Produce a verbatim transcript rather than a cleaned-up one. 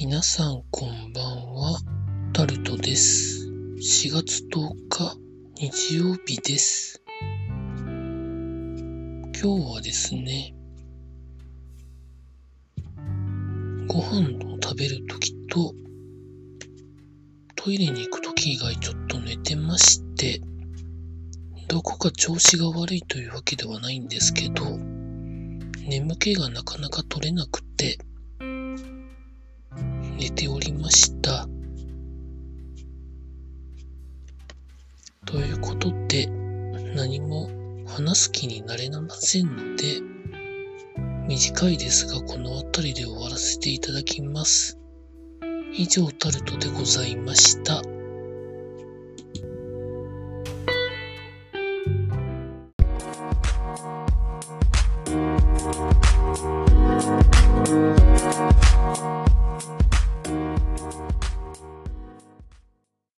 皆さんこんばんは、タルトです。しがつとおか、日曜日です。今日はですね、ご飯を食べるときと、トイレに行くとき以外ちょっと寝てまして、どこか調子が悪いというわけではないんですけど、眠気がなかなか取れなくて、寝ておりました。ということで、何も話す気になれませんので、短いですがこの辺りで終わらせていただきます。以上タルトでございました。